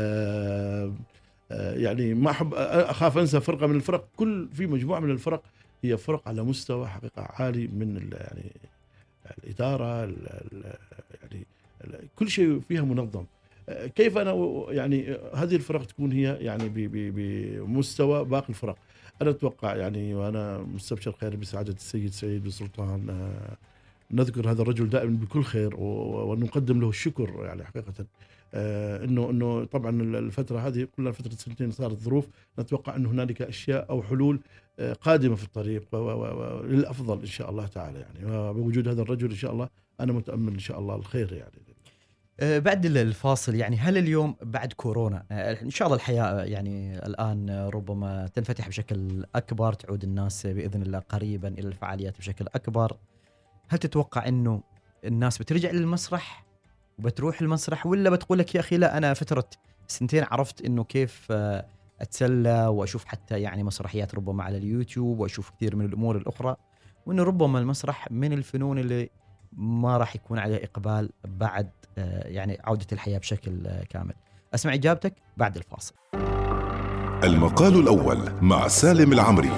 C: يعني ما أخاف أنسى فرقة من الفرق، في مجموعة من الفرق هي فرق على مستوى حقيقة عالي من يعني الإدارة، يعني كل شيء فيها منظم. كيف أنا يعني هذه الفرق تكون هي يعني بمستوى باقي الفرق؟ أنا أتوقع يعني، وأنا مستبشر خير بسعادة السيد سعيد بن سلطان نذكر هذا الرجل دائما بكل خير ونقدم له الشكر يعني حقيقة. انه طبعا الفتره هذه كلها فتره سنتين صارت ظروف، نتوقع ان هنالك اشياء او حلول قادمه في الطريق للافضل ان شاء الله تعالى يعني. بوجود هذا الرجل ان شاء الله انا متامل ان شاء الله الخير يعني.
B: بعد الفاصل يعني هل اليوم بعد كورونا ان شاء الله الحياه يعني الان ربما تنفتح بشكل اكبر، تعود الناس باذن الله قريبا الى الفعاليات بشكل اكبر، هل تتوقع انه الناس بترجع للمسرح وبتروح المسرح، ولا بتقول لك يا اخي لا انا فتره سنتين عرفت انه كيف اتسلى واشوف حتى يعني مسرحيات ربما على اليوتيوب واشوف كثير من الامور الاخرى، وانه ربما المسرح من الفنون اللي ما راح يكون عليه اقبال بعد يعني عوده الحياه بشكل كامل؟ اسمع اجابتك بعد الفاصل.
A: المقال الأول مع سالم العمري.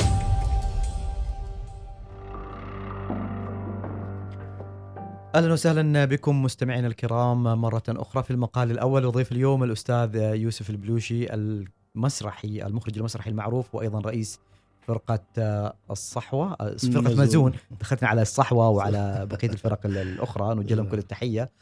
B: أهلا وسهلا بكم مستمعينا الكرام مرة أخرى في المقال الأول. وضيف اليوم الأستاذ يوسف البلوشي المسرحي، المخرج المسرحي المعروف، وأيضا رئيس فرقة الصحوة، فرقة مازون. دخلتنا على الصحوة وعلى بقية الفرق الأخرى، نوجه لهم كل التحية.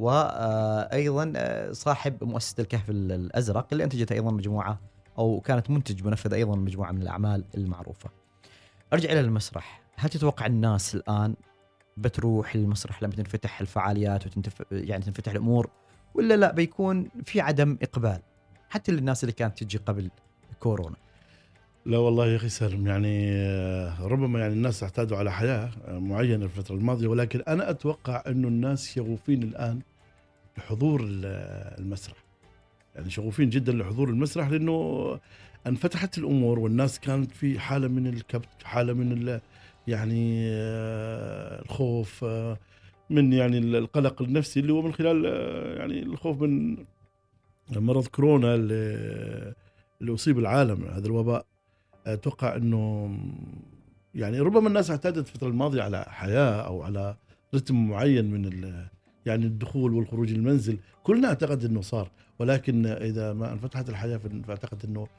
B: وأيضا صاحب مؤسسة الكهف الأزرق اللي أنتجت أيضا مجموعة أو كانت منتج منفذ أيضا مجموعة من الأعمال المعروفة. أرجع إلى المسرح، هل تتوقع الناس الآن بتروح المسرح لما تنفتح الفعاليات يعني تنفتح الأمور، ولا لا بيكون في عدم إقبال حتى للناس اللي كانت تجي قبل كورونا؟
C: لا والله يا أخي سالم، يعني ربما يعني الناس اعتادوا على حياة معينة الفترة الماضية، ولكن أنا أتوقع أنه الناس شغوفين الآن لحضور المسرح، يعني شغوفين جدا لحضور المسرح، لأنه انفتحت الأمور والناس كانت في حالة من الكبت، حالة من يعني الخوف، من يعني القلق النفسي اللي هو من خلال يعني الخوف من مرض كورونا اللي أصيب العالم، هذا الوباء. أتوقع أنه يعني ربما الناس اعتادت الفترة الماضية على حياة أو على رتم معين من يعني الدخول والخروج المنزل، كلنا اعتقد أنه صار، ولكن إذا ما انفتحت الحياة فأعتقد أنه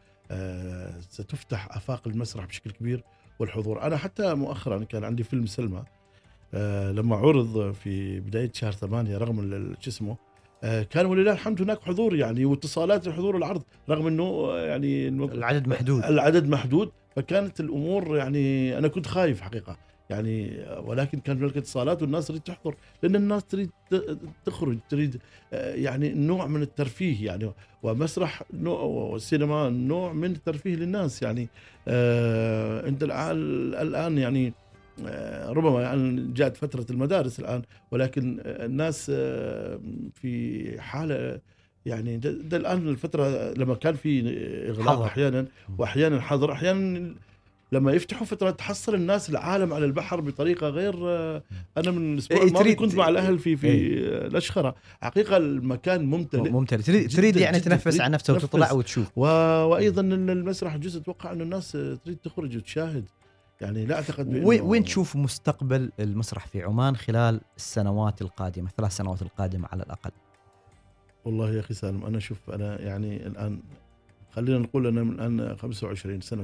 C: ستفتح آفاق المسرح بشكل كبير والحضور. أنا حتى مؤخرا كان عندي فيلم سلمى لما عرض في بداية شهر 8 رغم اسمه كان ولله الحمد هناك حضور يعني واتصالات لحضور العرض، رغم أنه يعني العدد محدود، فكانت الأمور يعني أنا كنت خايف حقيقة يعني، ولكن كان هناك اتصالات والناس تريد تحضر، لأن الناس تريد تخرج، تريد يعني نوع من الترفيه يعني، ومسرح نوع والسينما نوع من الترفيه للناس يعني. أنت الآن يعني ربما يعني جاءت فترة المدارس الآن، ولكن الناس في حالة يعني ده الآن الفترة لما كان في إغلاق أحيانا وأحيانا حظر، أحيانا لما يفتحوا فترة تحصل الناس العالم على البحر بطريقة غير. أنا من الأسبوع الماضي كنت مع الأهل في الأشخرة، حقيقة المكان ممتلئ
B: تريد يعني تنفس عن نفسه وتطلع وتشوف.
C: وأيضا المسرح جزء أتوقع أن الناس تريد تخرج وتشاهد يعني. لا أعتقد
B: وين تشوف مستقبل المسرح في عمان خلال السنوات القادمة، 3 سنوات القادمة على الأقل؟
C: والله يا أخي سالم، أنا شوف أنا يعني الآن خلينا نقول أنا من الآن 25 سنة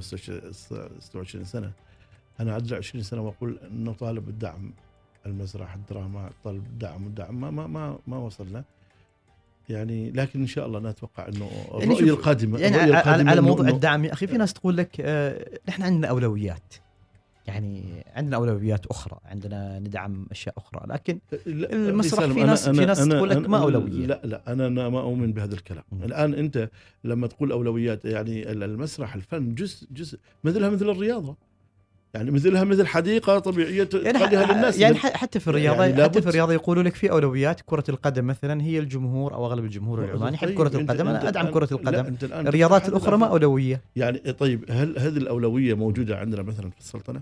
C: 26 سنة، أنا عدل 20 سنة وأقول أنه طالب الدعم المسرح الدراما، طالب الدعم ما وصلنا يعني، لكن إن شاء الله نتوقع أنه الرؤية القادمة
B: يعني على موضوع الدعم يا أخي، في ناس تقول لك نحن عندنا أولويات، يعني عندنا أولويات أخرى، عندنا ندعم أشياء أخرى، لكن المسرح في ناس تقول لك ما أولوية.
C: لا أنا ما أؤمن بهذا الكلام. الآن أنت لما تقول أولويات يعني المسرح الفن جزء مثلها مثل الرياضة، يعني مثلها مثل حديقة طبيعية تخليها للناس
B: يعني حتى في الرياضة يعني حتى في الرياضة يقولوا لك في أولويات. كرة القدم مثلا هي الجمهور أو أغلب الجمهور العماني يحب كرة القدم، أنا أدعم كرة القدم. الرياضات الأخرى ما أولوية
C: يعني. طيب هل هذه الأولوية موجودة عندنا مثلا في السلطنة؟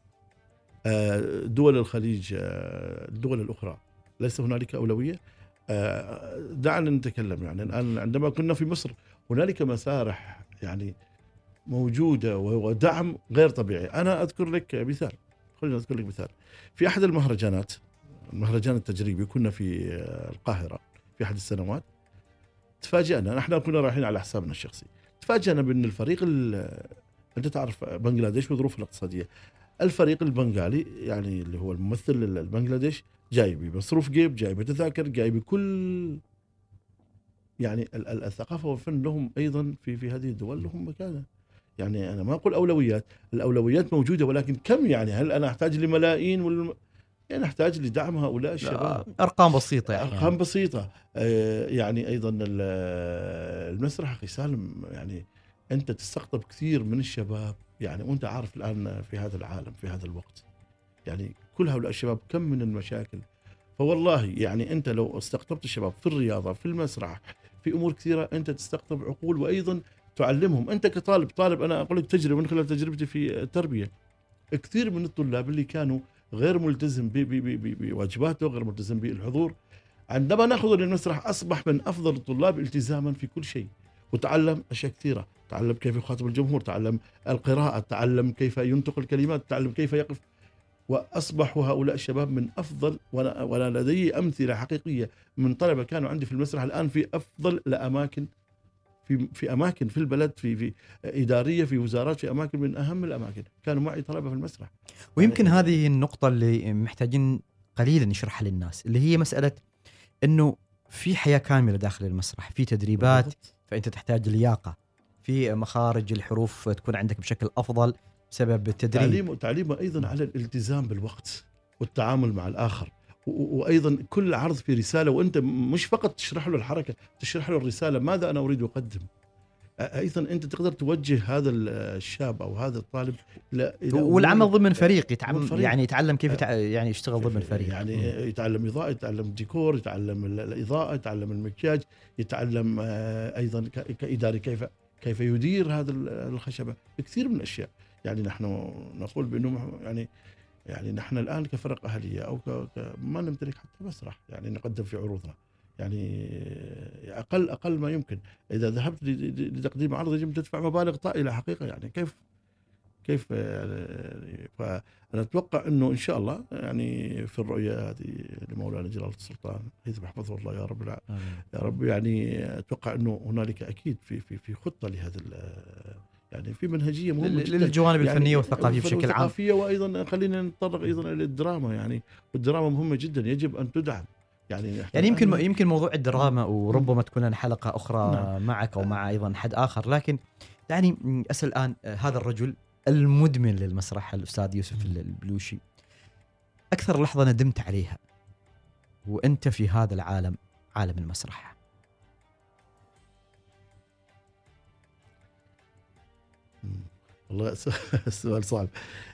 C: دول الخليج، الدول الأخرى ليس هنالك أولوية؟ دعنا نتكلم يعني. الآن عندما كنا في مصر هنالك مسارح يعني موجودة ودعم غير طبيعي. أنا أذكر لك مثال، خلينا أذكر لك مثال. في أحد المهرجان التجريبي كنا في القاهرة في أحد السنوات، تفاجأنا، نحن كنا رايحين على حسابنا الشخصي، تفاجأنا بأن الفريق أنت تعرف بنغلاديش وظروفها الاقتصادية، الفريق البنغالي يعني اللي هو الممثل البنغلاديش جاي بمصروف جيب، جاي بتذاكر، جاي بكل يعني الثقافة والفن لهم أيضا في هذه الدول لهم مكانة. يعني أنا ما أقول أولويات، الأولويات موجودة، ولكن كم يعني هل أنا أحتاج لملايين يعني أحتاج لدعم هؤلاء الشباب.
B: أرقام بسيطة
C: أرقام
B: أحيانا.
C: بسيطة. يعني أيضا المسرح أخي سالم، يعني أنت تستقطب كثير من الشباب، يعني وأنت عارف الآن في هذا العالم في هذا الوقت يعني كل هؤلاء الشباب كم من المشاكل. فوالله يعني أنت لو استقطبت الشباب في الرياضة في المسرح في أمور كثيرة أنت تستقطب عقول، وأيضا تعلمهم. أنت كطالب أنا أقول لك تجربة من خلال تجربتي في التربية، كثير من الطلاب اللي كانوا غير ملتزم بواجباته، غير ملتزم بالحضور، عندما ناخذه للمسرح أصبح من أفضل الطلاب التزاما في كل شيء، وتعلم أشياء كثيرة، تعلم كيف يخاطب الجمهور، تعلم القراءة، تعلم كيف ينطق الكلمات، تعلم كيف يقف. وأصبحوا هؤلاء الشباب من أفضل، وأنا لدي أمثلة حقيقية من طلبة كانوا عندي في المسرح الآن في أفضل الأماكن في أماكن في البلد، في إدارية، في وزارات، في أماكن من أهم الأماكن كانوا معي طلبة في المسرح.
B: ويمكن
C: يعني
B: هذه النقطة اللي محتاجين قليلا نشرحها للناس، اللي هي مسألة أنه في حياة كاملة داخل المسرح، في تدريبات، فأنت تحتاج لياقة، في مخارج الحروف تكون عندك بشكل أفضل بسبب التدريب.
C: تعليمه أيضا على الالتزام بالوقت والتعامل مع الآخر، وأيضا كل عرض في رسالة، وأنت مش فقط تشرح له الحركة، تشرح له الرسالة، ماذا أنا أريد أقدم. أيضا أنت تقدر توجه هذا الشاب أو هذا الطالب
B: والعمل ضمن فريق،
C: فريق.
B: يعني يتعلم كيف يعني يشتغل ضمن فريق،
C: يعني يتعلم إضاءة، يتعلم ديكور، يتعلم الإضاءة، يتعلم المكياج، يتعلم أيضا كإداري كيف يدير هذا الخشبة، كثير من الأشياء. يعني نحن نقول بأنه يعني نحن الآن كفرق أهلية أو ما نمتلك حتى مسرح يعني نقدم في عروضنا، يعني أقل ما يمكن. إذا ذهبت لتقديم عرض يجب تدفع مبالغ طائلة حقيقة، يعني كيف يعني. فأنا أتوقع أنه إن شاء الله يعني في الرؤية هذه لمولانا جلالة السلطان حيث بحفظه الله يا رب يا رب، يعني أتوقع أنه هنالك أكيد في خطة لهذا، يعني في منهجية مهمة جدا
B: للجوانب الفنية
C: يعني
B: والثقافية بشكل عام،
C: وأيضا خلينا نتطرق أيضا إلى الدراما، يعني والدراما مهمة جدا يجب أن تدعم. يعني
B: يمكن موضوع الدراما وربما تكون لنا حلقة أخرى معك أو مع أيضا حد آخر، لكن دعني أسأل الآن هذا الرجل المدمن للمسرح الأستاذ يوسف البلوشي، أكثر لحظة ندمت عليها وأنت في هذا العالم، عالم المسرح؟
C: والله السؤال صعب.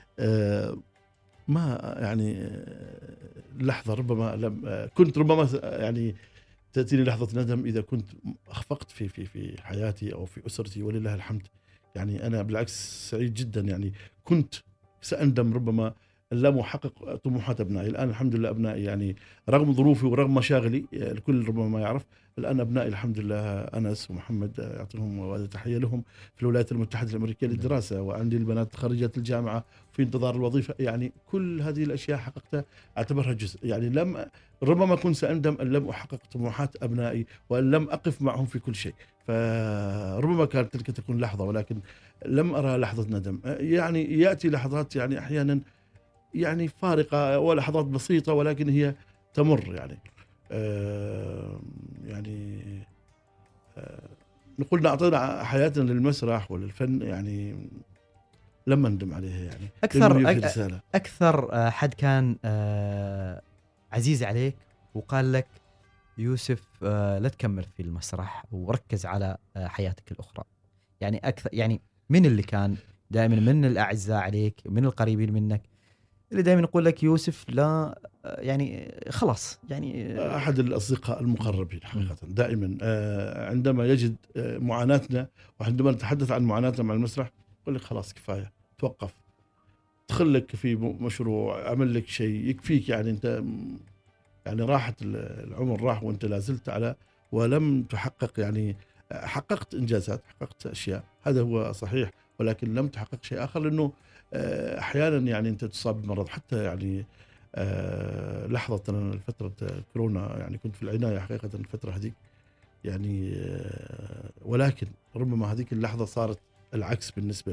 C: ما يعني لحظة ربما كنت ربما يعني تأتيني لحظة ندم إذا كنت أخفقت في حياتي أو في أسرتي، ولله الحمد. يعني أنا بالعكس سعيد جدا، يعني كنت سأندم ربما لم أحقق طموحات أبنائي. الآن الحمد لله أبنائي يعني رغم ظروفي ورغم مشاغلي الكل ربما ما يعرف، الآن أبنائي الحمد لله أنس ومحمد يعطيهم وهذا تحية لهم في الولايات المتحدة الأمريكية للدراسة، وعندي البنات خريجات الجامعة في انتظار الوظيفة. يعني كل هذه الأشياء حققتها أعتبرها جزء، يعني ربما كنت سأندم أن لم أحقق طموحات أبنائي وأن لم أقف معهم في كل شيء. فربما كانت تلك تكون لحظة، ولكن لم أرى لحظة ندم. يعني يأتي لحظات يعني أحيانا يعني فارقة ولحظات بسيطة، ولكن هي تمر. يعني يعني نقول أعطينا حياتنا للمسرح وللفن، يعني لما ندم عليها. يعني
B: أكثر حد كان عزيز عليك وقال لك يوسف لا تكمل في المسرح وركز على حياتك الأخرى، يعني أكثر، يعني من اللي كان دائما من الأعزاء عليك، من القريبين منك، اللي دائما يقول لك يوسف لا يعني خلاص؟ يعني
C: أحد الأصدقاء المقربين حقيقة دائما عندما يجد معاناتنا وعندما نتحدث عن معاناتنا مع المسرح يقول لك خلاص كفاية، توقف، ادخل لك في مشروع، عمل لك شيء يكفيك. يعني أنت يعني راحت العمر راح وأنت لازلت على ولم تحقق، يعني حققت إنجازات، حققت أشياء، هذا هو صحيح، ولكن لم تحقق شيء آخر، لأنه أحيانا يعني أنت تصاب بمرض. حتى يعني لحظة أنا فترة كورونا يعني كنت في العناية حقيقة الفترة هذيك، يعني ولكن ربما هذيك اللحظة صارت العكس بالنسبة لي.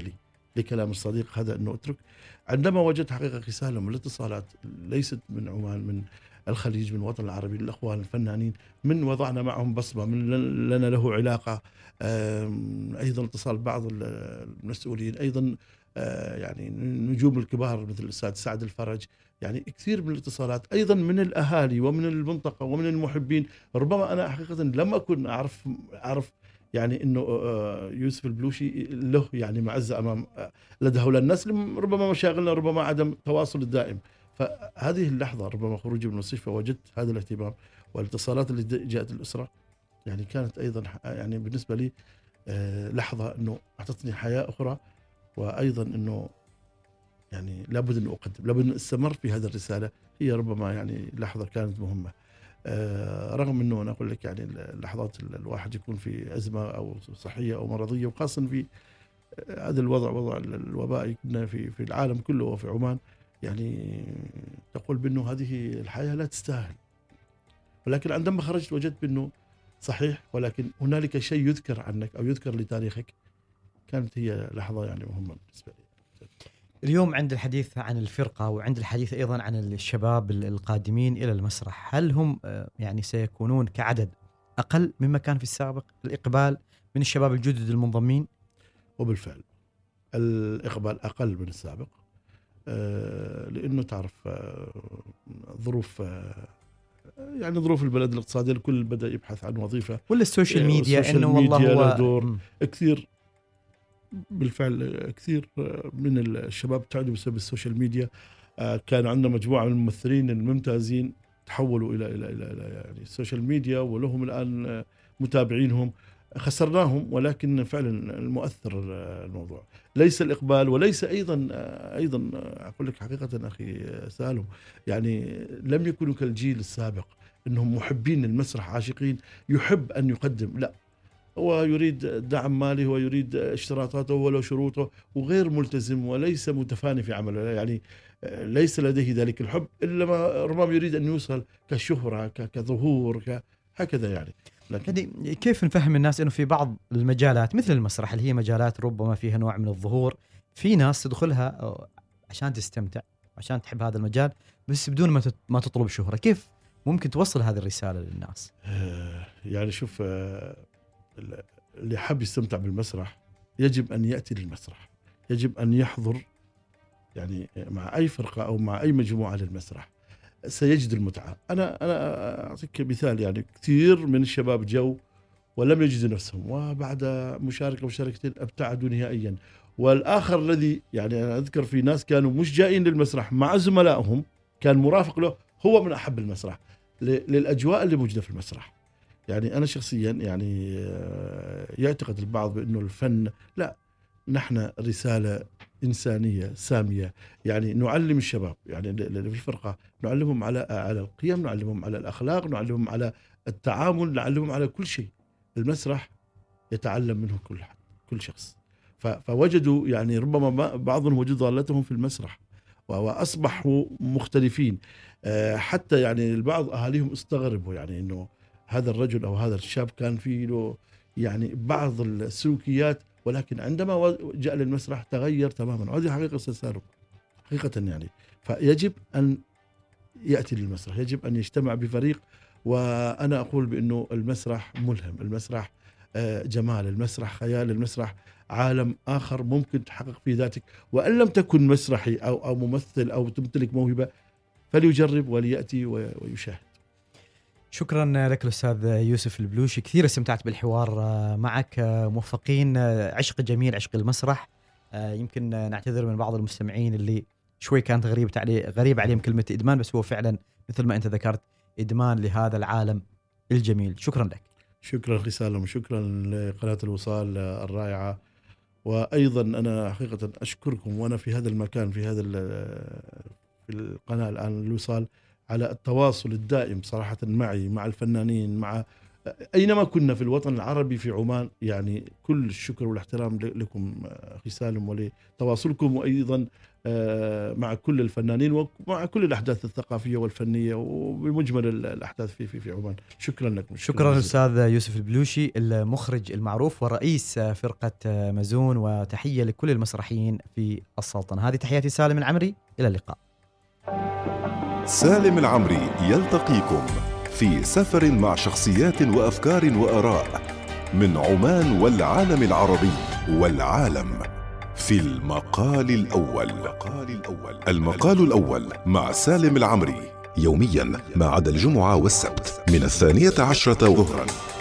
C: لكلام الصديق هذا أنه اترك. عندما وجدت حقيقة رسالة من الاتصالات ليست من عمان، من الخليج، من الوطن العربي، الأخوان الفنانين، من وضعنا معهم بصمة، من لنا له علاقة، أيضا اتصال بعض المسؤولين، أيضا يعني نجوم الكبار مثل الأستاذ سعد الفرج، يعني كثير من الاتصالات، أيضا من الأهالي ومن المنطقة ومن المحبين. ربما أنا حقيقة لم أكن أعرف يعني انه يوسف البلوشي له يعني معزه امام لدى هؤلاء الناس، ربما مشاغلنا، ربما عدم التواصل الدائم. فهذه اللحظه ربما خروجي من المستشفى وجدت هذا الاهتمام والاتصالات اللي جاءت الاسره، يعني كانت ايضا يعني بالنسبه لي لحظه انه اعطتني حياه اخرى، وايضا انه يعني لابد ان اقدم، لابد ان استمر في هذه الرساله. هي ربما يعني لحظه كانت مهمه، رغم انه انا اقول لك يعني اللحظات الواحد يكون في ازمه او صحيه او مرضيه، وخاصه في هذا الوضع، وضع الوباء كنا في العالم كله وفي عمان، يعني تقول بانه هذه الحياه لا تستاهل. ولكن عندما خرجت وجدت بانه صحيح، ولكن هنالك شيء يذكر عنك او يذكر لتاريخك. كانت هي لحظه يعني مهمه بالنسبه لي.
B: اليوم عند الحديث عن الفرقة وعند الحديث أيضا عن الشباب القادمين إلى المسرح، هل هم يعني سيكونون كعدد أقل مما كان في السابق، الإقبال من الشباب الجدد المنضمين؟
C: وبالفعل الإقبال أقل من السابق، لأنه تعرف ظروف يعني ظروف البلد الاقتصادية، الكل بدأ يبحث عن وظيفة،
B: ولا السوشيال ميديا إنه والله هو
C: دور كثير. بالفعل كثير من الشباب تعدوا بسبب السوشيال ميديا. كان عندنا مجموعة من الممثلين الممتازين تحولوا إلى يعني السوشيال ميديا، ولهم الآن متابعينهم، خسرناهم. ولكن فعلا المؤثر الموضوع ليس الإقبال، وليس أيضا أقول لك حقيقة أخي سالم، يعني لم يكونوا كالجيل السابق إنهم محبين المسرح، عاشقين، يحب أن يقدم. لا، هو يريد دعم مالي، هو يريد اشتراطاته ولا شروطه، وغير ملتزم وليس متفاني في عمله، يعني ليس لديه ذلك الحب، إلا ما ربما يريد أن يوصل كشهرة كظهور هكذا يعني.
B: لكن كيف نفهم الناس إنه في بعض المجالات مثل المسرح اللي هي مجالات ربما فيها نوع من الظهور، في ناس تدخلها عشان تستمتع، عشان تحب هذا المجال، بس بدون ما تطلب شهرة. كيف ممكن توصل هذه الرسالة للناس؟
C: يعني شوف، اللي حاب يستمتع بالمسرح يجب أن يأتي للمسرح، يجب أن يحضر يعني مع أي فرقة أو مع أي مجموعة للمسرح، سيجد المتعة. أنا أعطيك مثال، يعني كثير من الشباب جو ولم يجدوا نفسهم، وبعد مشاركتين ابتعدوا نهائيا. والآخر الذي يعني أنا أذكر في ناس كانوا مش جائين للمسرح مع زملائهم، كان مرافق له، هو من أحب المسرح للأجواء اللي موجودة في المسرح. يعني أنا شخصيا يعني يعتقد البعض بأنه الفن لا، نحن رسالة إنسانية سامية، يعني نعلم الشباب يعني في الفرقة، نعلمهم على القيم، نعلمهم على الأخلاق، نعلمهم على التعامل، نعلمهم على كل شيء. المسرح يتعلم منه كل شخص. فوجدوا يعني ربما بعضهم وجدوا ضالتهم في المسرح وأصبحوا مختلفين. حتى يعني البعض أهاليهم استغربوا يعني إنه هذا الرجل أو هذا الشاب كان فيه له يعني بعض السلوكيات، ولكن عندما جاء للمسرح تغير تماما. وهذه حقيقة سالم حقيقة يعني. فيجب أن يأتي للمسرح، يجب أن يجتمع بفريق. وأنا أقول بأنه المسرح ملهم، المسرح جمال، المسرح خيال، المسرح عالم آخر ممكن تحقق فيه ذاتك. وأن لم تكن مسرحي أو ممثل أو تمتلك موهبة، فليجرب وليأتي ويشاهد.
B: شكرا لك الأستاذ يوسف البلوشي، كثير استمتعت بالحوار معك. موفقين، عشق جميل، عشق المسرح. يمكن نعتذر من بعض المستمعين اللي شوي كانت غريب عليهم كلمة إدمان، بس هو فعلا مثل ما أنت ذكرت إدمان لهذا العالم الجميل. شكرا لك.
C: شكرا أخي سالم، وشكرا لقناة الوصال الرائعة. وأيضا أنا حقيقة أشكركم وأنا في هذا المكان، في القناة الآن الوصال، على التواصل الدائم صراحة معي، مع الفنانين، مع أينما كنا في الوطن العربي في عمان، يعني كل الشكر والاحترام لكم أخي سالم ولتواصلكم، وأيضا مع كل الفنانين ومع كل الأحداث الثقافية والفنية وبمجمل الأحداث في عمان. شكرا لكم.
B: شكرا أستاذ يوسف البلوشي المخرج المعروف ورئيس فرقة مزون، وتحية لكل المسرحيين في السلطنة. هذه تحياتي سالم العمري، إلى اللقاء.
A: سالم العمري يلتقيكم في سفر مع شخصيات وأفكار وآراء من عمان والعالم العربي والعالم في المقال الأول. المقال الأول مع سالم العمري، يوميا ما عدا الجمعة والسبت من 12:00 ظهرا